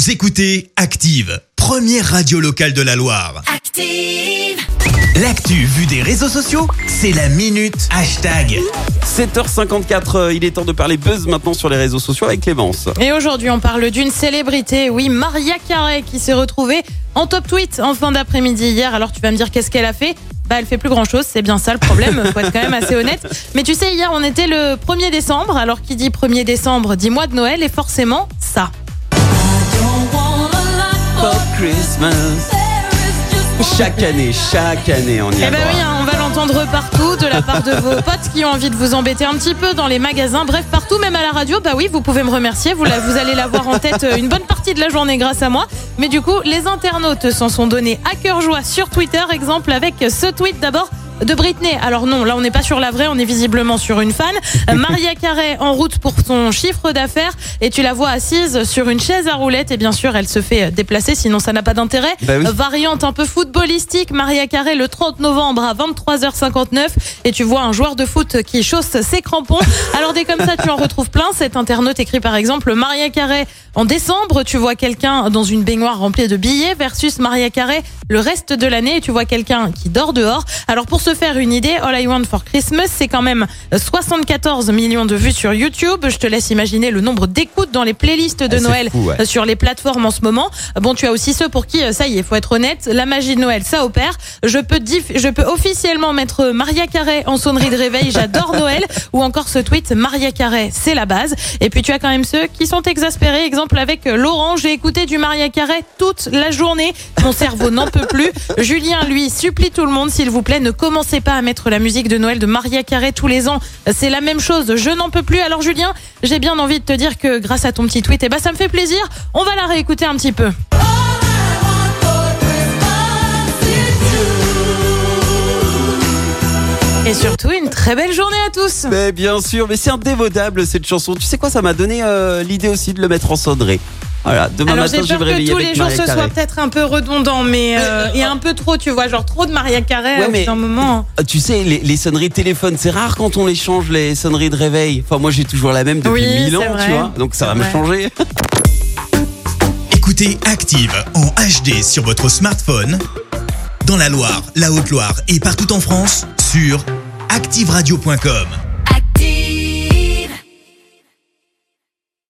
Vous écoutez Active, première radio locale de la Loire. Active. L'actu vue des réseaux sociaux, c'est la minute hashtag. 7h54, il est temps de parler buzz maintenant sur les réseaux sociaux avec Clémence. Et aujourd'hui, on parle d'une célébrité, oui, Mariah Carey, qui s'est retrouvée en top tweet en fin d'après-midi hier. Alors tu vas me dire qu'est-ce qu'elle a fait ? Elle fait plus grand chose, c'est bien ça le problème, faut être quand même assez honnête. Mais tu sais, hier on était le 1er décembre, alors qui dit 1er décembre dit mois de Noël et forcément ça. For Christmas. Chaque année, on y a Eh ben droit. oui, on va l'entendre partout, de la part de vos potes qui ont envie de vous embêter un petit peu dans les magasins, bref partout, même à la radio. Bah oui, vous pouvez me remercier, vous allez l'avoir en tête une bonne partie de la journée grâce à moi. Mais du coup, les internautes s'en sont donnés à cœur joie sur Twitter, exemple avec ce tweet d'abord de Britney. Alors non, là on n'est pas sur la vraie, on est visiblement sur une fan. Mariah Carey en route pour son chiffre d'affaires et tu la vois assise sur une chaise à roulettes et bien sûr elle se fait déplacer, sinon ça n'a pas d'intérêt. Bah oui. Variante un peu footballistique, Mariah Carey le 30 novembre à 23h59 et tu vois un joueur de foot qui chausse ses crampons. Alors des comme ça tu en retrouves plein. Cet internaute écrit par exemple Mariah Carey en décembre, tu vois quelqu'un dans une baignoire remplie de billets versus Mariah Carey le reste de l'année et tu vois quelqu'un qui dort dehors. Alors pour se faire une idée, All I Want for Christmas, c'est quand même 74 millions de vues sur YouTube. Je te laisse imaginer le nombre d'écoutes dans les playlists de Noël fou, ouais. sur les plateformes en ce moment. Bon, tu as aussi ceux pour qui, ça y est, faut être honnête, la magie de Noël, ça opère. Je peux officiellement mettre Mariah Carey en sonnerie de réveil, j'adore Noël. Ou encore ce tweet, Mariah Carey, c'est la base. Et puis tu as quand même ceux qui sont exaspérés. Exemple avec Laurent, j'ai écouté du Mariah Carey toute la journée. Mon cerveau n'en peut plus. Julien, lui, supplie tout le monde, s'il vous plaît, ne commencez pas à mettre la musique de Noël de Mariah Carey tous les ans. C'est la même chose, je n'en peux plus. Alors Julien, j'ai bien envie de te dire que grâce à ton petit tweet, ça me fait plaisir. On va la réécouter un petit peu. Et surtout, une très belle journée à tous. Mais bien sûr, mais c'est indémodable cette chanson. Tu sais quoi, ça m'a donné l'idée aussi de le mettre en sonnerie. Voilà, demain Alors matin j'ai je vais peur me que réveiller tous avec les jours Mariah ce Carey. soit peut-être un peu redondant, mais et un peu trop, tu vois, genre trop de Mariah Carey Ouais, mais- un moment. Tu sais, les sonneries de téléphone, c'est rare quand on les change, les sonneries de réveil. Enfin, moi j'ai toujours la même depuis Oui, 1000 ans, c'est vrai. tu vois. Donc ça va C'est me vrai. changer. Écoutez Active en HD sur votre smartphone, dans la Loire, la Haute-Loire et partout en France, sur activeradio.com.